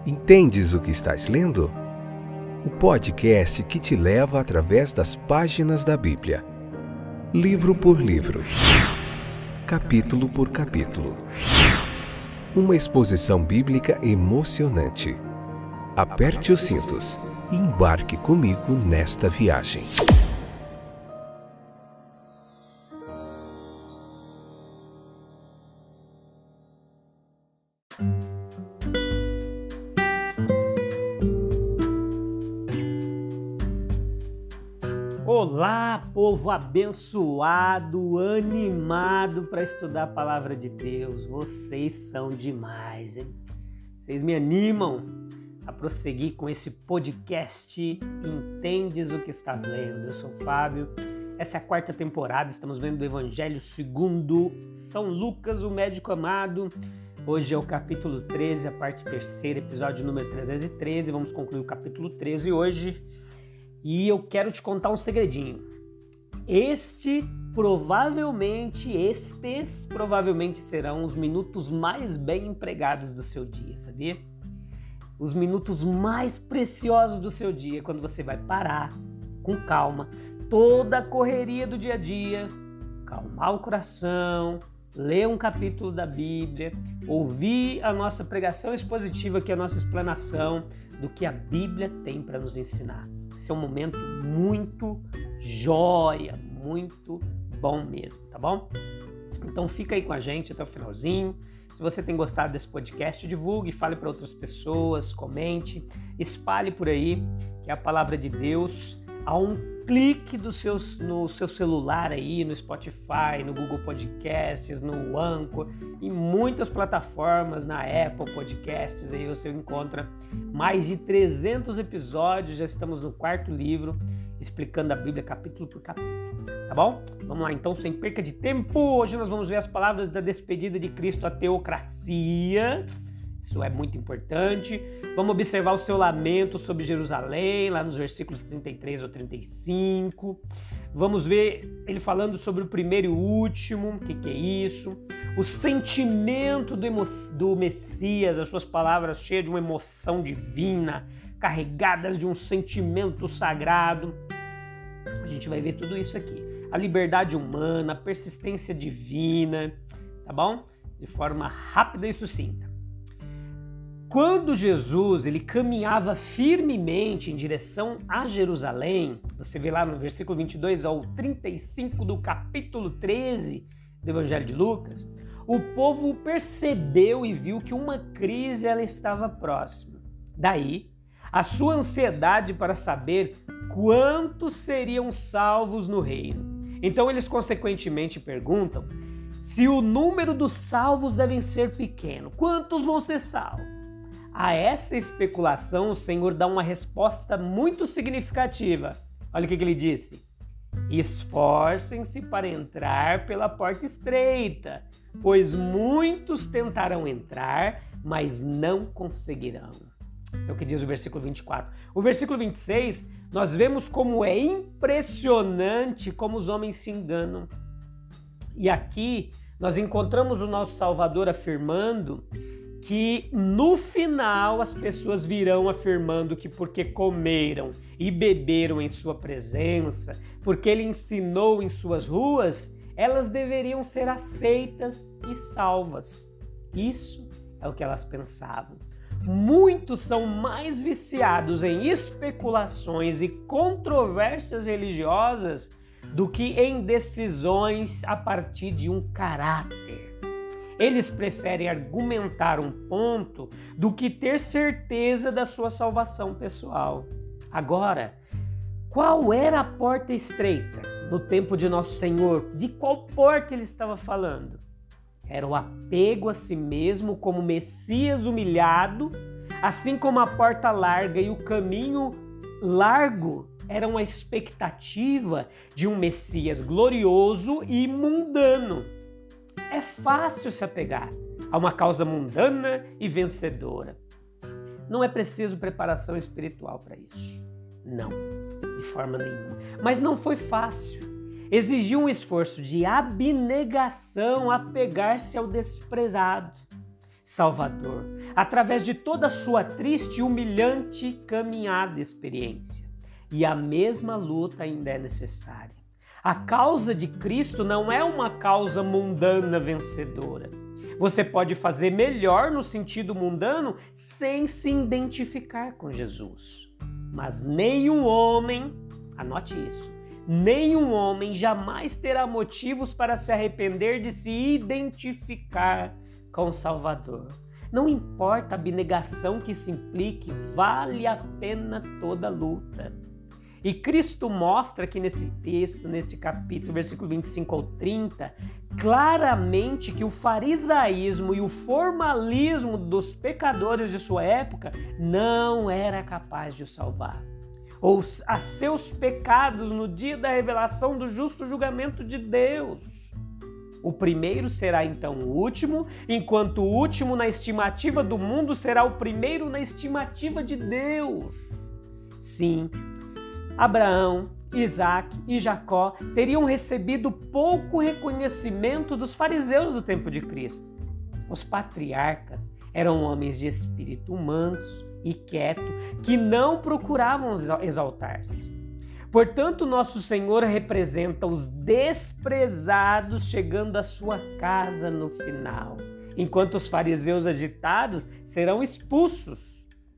Entendes o que estás lendo? O podcast que te leva através das páginas da Bíblia. Livro por livro. Capítulo por capítulo. Uma exposição bíblica emocionante. Aperte os cintos e embarque comigo nesta viagem. Olá, povo abençoado, animado para estudar a palavra de Deus. Vocês são demais, hein? Vocês me animam a prosseguir com esse podcast Entendes o que estás lendo. Eu sou o Fábio. Essa é a 4ª temporada, estamos vendo o Evangelho segundo São Lucas, o médico amado. Hoje é o capítulo 13, a parte 3ª, episódio número 313. Vamos concluir o capítulo 13 hoje. E eu quero te contar um segredinho. Estes provavelmente serão os minutos mais bem empregados do seu dia, sabia? Os minutos mais preciosos do seu dia, quando você vai parar com calma, toda a correria do dia a dia, calmar o coração, ler um capítulo da Bíblia, ouvir a nossa pregação expositiva, que é a nossa explanação do que a Bíblia tem para nos ensinar. Esse é um momento muito joia, muito bom mesmo, tá bom? Então fica aí com a gente até o finalzinho. Se você tem gostado desse podcast, divulgue, fale para outras pessoas, comente, espalhe por aí, que a palavra de Deus, a um clique no seu celular aí, no Spotify, no Google Podcasts, no Anchor, em muitas plataformas, na Apple Podcasts, aí você encontra mais de 300 episódios, já estamos no 4º livro, explicando a Bíblia capítulo por capítulo, tá bom? Vamos lá então, sem perca de tempo, hoje nós vamos ver as palavras da despedida de Cristo à teocracia. Isso é muito importante. Vamos observar o seu lamento sobre Jerusalém, lá nos versículos 33 ao 35. Vamos ver ele falando sobre o primeiro e o último, o que é isso. O sentimento do Messias, as suas palavras cheias de uma emoção divina, carregadas de um sentimento sagrado. A gente vai ver tudo isso aqui. A liberdade humana, a persistência divina, tá bom? De forma rápida e sucinta. Quando Jesus ele caminhava firmemente em direção a Jerusalém, você vê lá no versículo 22 ao 35 do capítulo 13 do Evangelho de Lucas, o povo percebeu e viu que uma crise ela estava próxima. Daí, a sua ansiedade para saber quantos seriam salvos no reino. Então eles consequentemente perguntam se o número dos salvos devem ser pequeno. Quantos vão ser salvos? A essa especulação, o Senhor dá uma resposta muito significativa. Olha o que ele disse. Esforcem-se para entrar pela porta estreita, pois muitos tentarão entrar, mas não conseguirão. Isso é o que diz o versículo 24. O versículo 26, nós vemos como é impressionante como os homens se enganam. E aqui nós encontramos o nosso Salvador afirmando que no final as pessoas virão afirmando que porque comeram e beberam em sua presença, porque ele ensinou em suas ruas, elas deveriam ser aceitas e salvas. Isso é o que elas pensavam. Muitos são mais viciados em especulações e controvérsias religiosas do que em decisões a partir de um caráter. Eles preferem argumentar um ponto do que ter certeza da sua salvação pessoal. Agora, qual era a porta estreita no tempo de Nosso Senhor? De qual porta ele estava falando? Era o apego a si mesmo como Messias humilhado, assim como a porta larga e o caminho largo eram a expectativa de um Messias glorioso e mundano. É fácil se apegar a uma causa mundana e vencedora. Não é preciso preparação espiritual para isso. Não, de forma nenhuma. Mas não foi fácil. Exigiu um esforço de abnegação a pegar-se ao desprezado. Salvador, através de toda a sua triste e humilhante caminhada e experiência. E a mesma luta ainda é necessária. A causa de Cristo não é uma causa mundana vencedora. Você pode fazer melhor no sentido mundano sem se identificar com Jesus. Mas nenhum homem, anote isso, nenhum homem jamais terá motivos para se arrepender de se identificar com o Salvador. Não importa a abnegação que isso implique, vale a pena toda a luta. E Cristo mostra aqui nesse texto, neste capítulo, versículo 25 ao 30, claramente que o farisaísmo e o formalismo dos pecadores de sua época não era capaz de o salvar. Ou a seus pecados no dia da revelação do justo julgamento de Deus. O primeiro será então o último, enquanto o último na estimativa do mundo será o primeiro na estimativa de Deus. Sim, Abraão, Isaac e Jacó teriam recebido pouco reconhecimento dos fariseus do tempo de Cristo. Os patriarcas eram homens de espírito manso e quieto, que não procuravam exaltar-se. Portanto, nosso Senhor representa os desprezados chegando à sua casa no final, enquanto os fariseus agitados serão expulsos.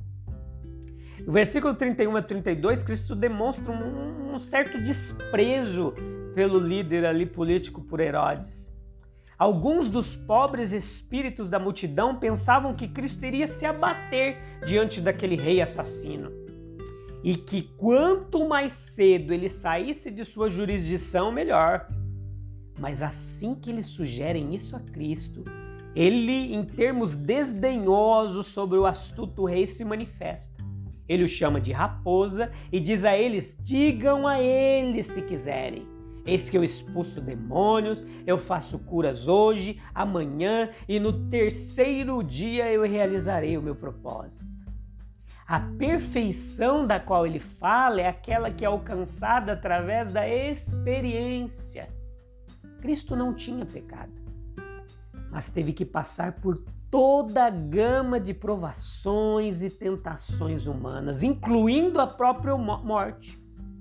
No versículo 31 a 32, Cristo demonstra um certo desprezo pelo líder ali político por Herodes. Alguns dos pobres espíritos da multidão pensavam que Cristo iria se abater diante daquele rei assassino e que quanto mais cedo ele saísse de sua jurisdição, melhor. Mas assim que eles sugerem isso a Cristo, ele, em termos desdenhosos sobre o astuto rei, se manifesta. Ele o chama de raposa e diz a eles: digam a ele se quiserem. Eis que eu expulso demônios, eu faço curas hoje, amanhã e no terceiro dia eu realizarei o meu propósito. A perfeição da qual ele fala é aquela que é alcançada através da experiência. Cristo não tinha pecado, mas teve que passar por toda a gama de provações e tentações humanas, incluindo a própria morte.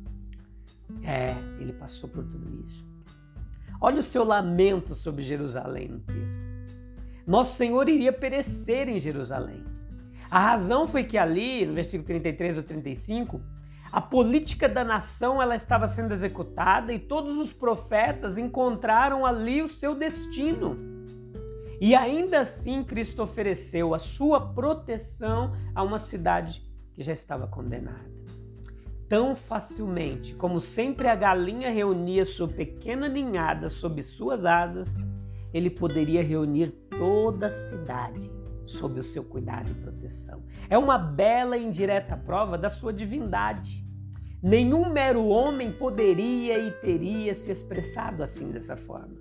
Ele passou por tudo isso. Olha o seu lamento sobre Jerusalém no texto. Nosso Senhor iria perecer em Jerusalém. A razão foi que ali, no versículo 33 ou 35, a política da nação ela estava sendo executada e todos os profetas encontraram ali o seu destino. E ainda assim Cristo ofereceu a sua proteção a uma cidade que já estava condenada. Tão facilmente como sempre a galinha reunia sua pequena ninhada sob suas asas, ele poderia reunir toda a cidade sob o seu cuidado e proteção. É uma bela e indireta prova da sua divindade. Nenhum mero homem poderia e teria se expressado assim dessa forma.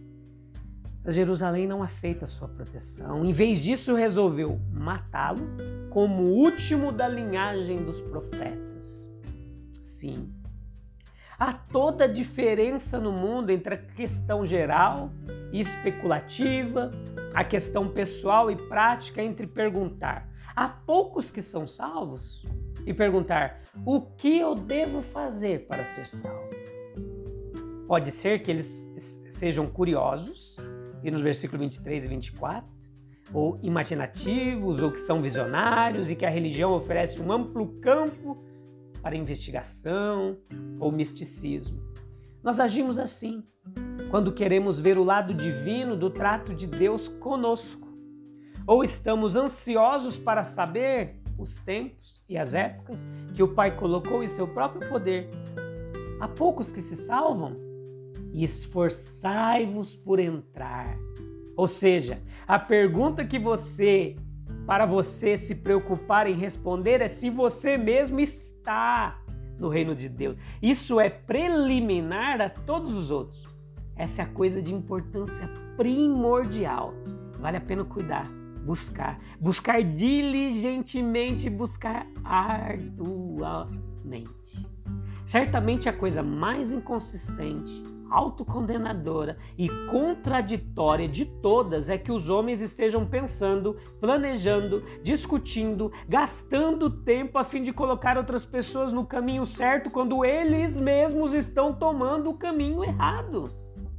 Mas Jerusalém não aceita sua proteção. Em vez disso, resolveu matá-lo como o último da linhagem dos profetas. Sim, há toda a diferença no mundo entre a questão geral e especulativa, a questão pessoal e prática entre perguntar: há poucos que são salvos? E perguntar: o que eu devo fazer para ser salvo? Pode ser que eles sejam curiosos, e nos versículos 23 e 24, ou imaginativos, ou que são visionários e que a religião oferece um amplo campo para investigação ou misticismo. Nós agimos assim quando queremos ver o lado divino do trato de Deus conosco, ou estamos ansiosos para saber os tempos e as épocas que o Pai colocou em seu próprio poder. Há poucos que se salvam, e esforçai-vos por entrar. Ou seja, a pergunta que para você se preocupar em responder é se você mesmo está no reino de Deus. Isso é preliminar a todos os outros. Essa é a coisa de importância primordial. Vale a pena cuidar, buscar diligentemente, buscar arduamente. Certamente a coisa mais inconsistente autocondenadora e contraditória de todas é que os homens estejam pensando, planejando, discutindo, gastando tempo a fim de colocar outras pessoas no caminho certo quando eles mesmos estão tomando o caminho errado.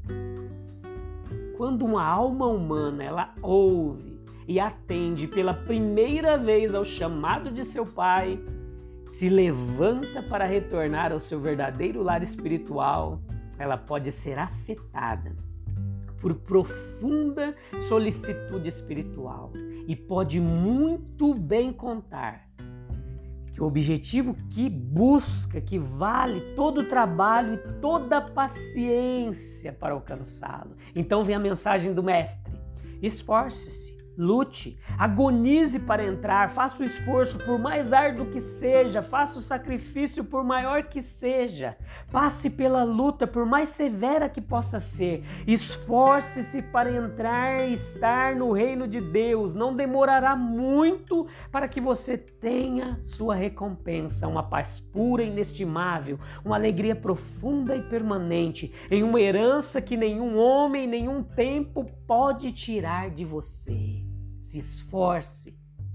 Quando uma alma humana ela ouve e atende pela primeira vez ao chamado de seu Pai, se levanta para retornar ao seu verdadeiro lar espiritual, ela pode ser afetada por profunda solicitude espiritual e pode muito bem contar que o objetivo que busca, que vale todo o trabalho e toda a paciência para alcançá-lo. Então vem a mensagem do Mestre: esforce-se, lute, agonize para entrar, faça o esforço por mais árduo que seja, faça o sacrifício por maior que seja, passe pela luta por mais severa que possa ser, esforce-se para entrar e estar no reino de Deus. Não demorará muito para que você tenha sua recompensa, uma paz pura e inestimável, uma alegria profunda e permanente, em uma herança que nenhum homem, nenhum tempo pode tirar de você. Se esforce,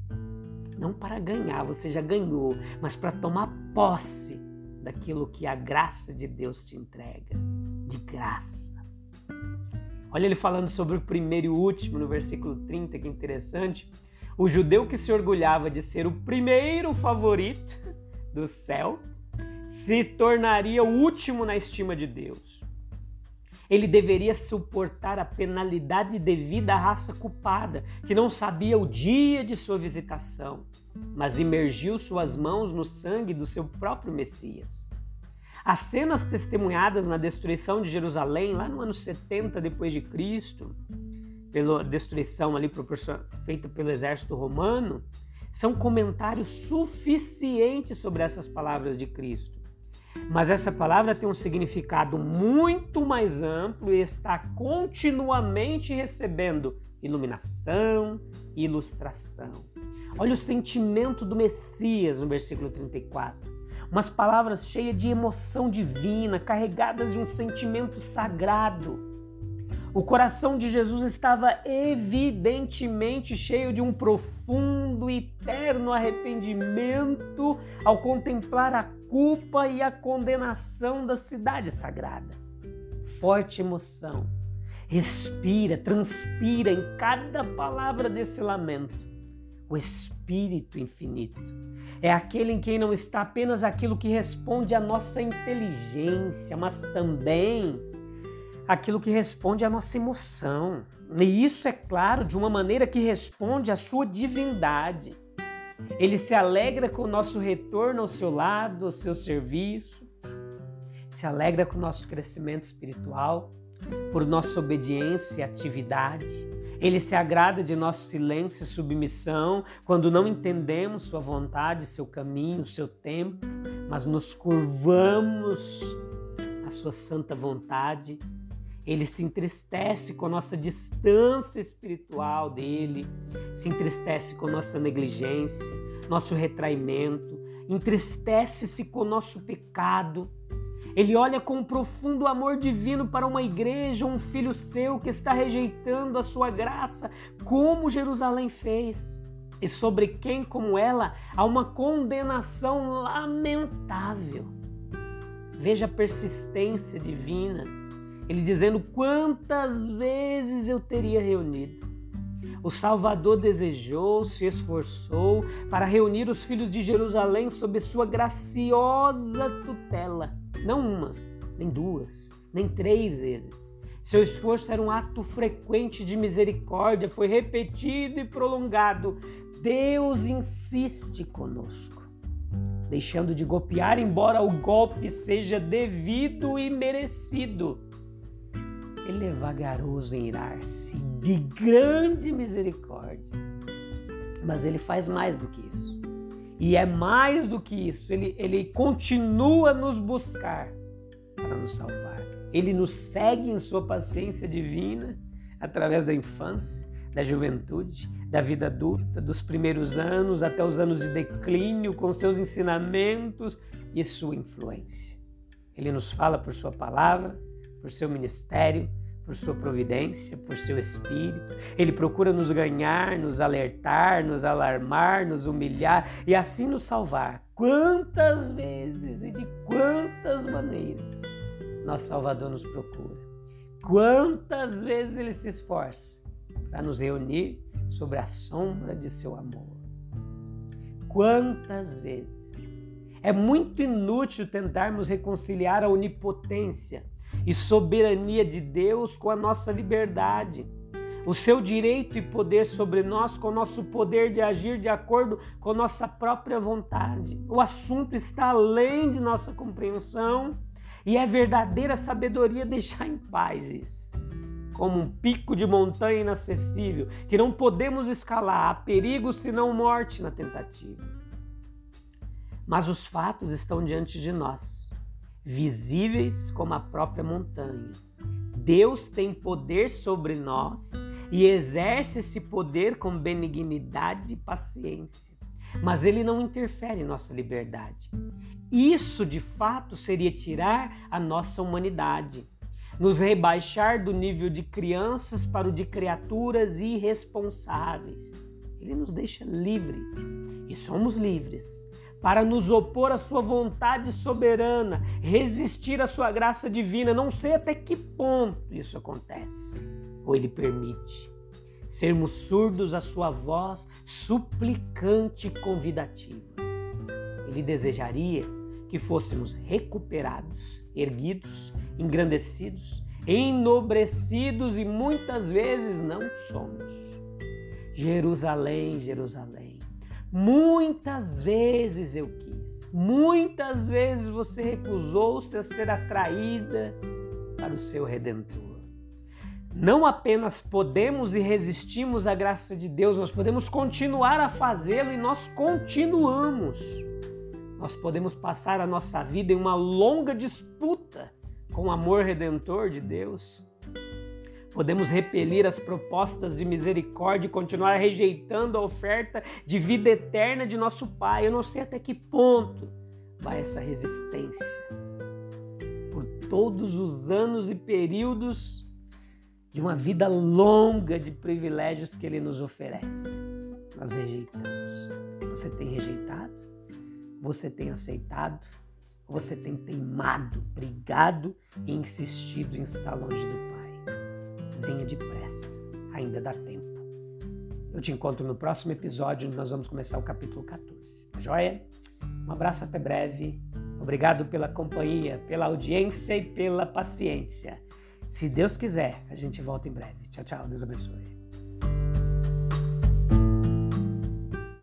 não para ganhar, você já ganhou, mas para tomar posse daquilo que a graça de Deus te entrega, de graça. Olha ele falando sobre o primeiro e último no versículo 30, que interessante. O judeu que se orgulhava de ser o primeiro favorito do céu se tornaria o último na estima de Deus. Ele deveria suportar a penalidade devida à raça culpada, que não sabia o dia de sua visitação, mas imergiu suas mãos no sangue do seu próprio Messias. As cenas testemunhadas na destruição de Jerusalém, lá no ano 70 depois de Cristo, pela destruição ali feita pelo exército romano, são comentários suficientes sobre essas palavras de Cristo. Mas essa palavra tem um significado muito mais amplo e está continuamente recebendo iluminação e ilustração. Olha o sentimento do Messias no versículo 34. Umas palavras cheias de emoção divina, carregadas de um sentimento sagrado. O coração de Jesus estava evidentemente cheio de um profundo e eterno arrependimento ao contemplar a culpa e a condenação da cidade sagrada. Forte emoção, respira, transpira em cada palavra desse lamento. O Espírito infinito é aquele em quem não está apenas aquilo que responde à nossa inteligência, mas também aquilo que responde à nossa emoção. E isso, é claro, de uma maneira que responde à sua divindade. Ele se alegra com o nosso retorno ao seu lado, ao seu serviço. Se alegra com o nosso crescimento espiritual, por nossa obediência e atividade. Ele se agrada de nosso silêncio e submissão quando não entendemos sua vontade, seu caminho, seu tempo, mas nos curvamos à sua santa vontade. Ele se entristece com a nossa distância espiritual dele, se entristece com a nossa negligência, nosso retraimento, entristece-se com o nosso pecado. Ele olha com um profundo amor divino para uma igreja, um filho seu que está rejeitando a sua graça, como Jerusalém fez, e sobre quem, como ela, há uma condenação lamentável. Veja a persistência divina. Ele dizendo: quantas vezes eu teria reunido. O Salvador desejou, se esforçou para reunir os filhos de Jerusalém sob sua graciosa tutela. Não uma, nem duas, nem 3 vezes. Seu esforço era um ato frequente de misericórdia, foi repetido e prolongado. Deus insiste conosco, deixando de golpear, embora o golpe seja devido e merecido. Ele é vagaroso em irar-se, de grande misericórdia. Mas ele faz mais do que isso. E é mais do que isso. Ele continua a nos buscar para nos salvar. Ele nos segue em sua paciência divina através da infância, da juventude, da vida adulta, dos primeiros anos até os anos de declínio, com seus ensinamentos e sua influência. Ele nos fala por sua palavra, por seu ministério, por sua providência, por seu espírito. Ele procura nos ganhar, nos alertar, nos alarmar, nos humilhar e assim nos salvar. Quantas vezes e de quantas maneiras nosso Salvador nos procura. Quantas vezes ele se esforça para nos reunir sobre a sombra de seu amor. Quantas vezes. É muito inútil tentarmos reconciliar a onipotência e soberania de Deus com a nossa liberdade, o seu direito e poder sobre nós com o nosso poder de agir de acordo com nossa própria vontade. O assunto está além de nossa compreensão e é verdadeira sabedoria deixar em paz isso. Como um pico de montanha inacessível que não podemos escalar, há perigo senão morte na tentativa. Mas os fatos estão diante de nós, visíveis como a própria montanha. Deus tem poder sobre nós e exerce esse poder com benignidade e paciência. Mas ele não interfere em nossa liberdade. Isso, de fato, seria tirar a nossa humanidade, nos rebaixar do nível de crianças para o de criaturas irresponsáveis. Ele nos deixa livres, e somos livres, para nos opor à sua vontade soberana, resistir à sua graça divina. Não sei até que ponto isso acontece, ou ele permite. Sermos surdos à sua voz suplicante e convidativa. Ele desejaria que fôssemos recuperados, erguidos, engrandecidos, enobrecidos e muitas vezes não somos. Jerusalém, Jerusalém, muitas vezes eu quis, muitas vezes você recusou-se a ser atraída para o seu Redentor. Não apenas podemos e resistimos à graça de Deus, nós podemos continuar a fazê-lo e nós continuamos. Nós podemos passar a nossa vida em uma longa disputa com o amor redentor de Deus. Podemos repelir as propostas de misericórdia e continuar rejeitando a oferta de vida eterna de nosso Pai. Eu não sei até que ponto vai essa resistência. Por todos os anos e períodos de uma vida longa de privilégios que Ele nos oferece, nós rejeitamos. Você tem rejeitado? Você tem aceitado? Ou você tem teimado, brigado e insistido em estar longe do Pai? Venha depressa, ainda dá tempo. Eu te encontro no próximo episódio, onde nós vamos começar o capítulo 14. Tá joia? Um abraço, até breve. Obrigado pela companhia, pela audiência e pela paciência. Se Deus quiser, a gente volta em breve. Tchau, tchau. Deus abençoe.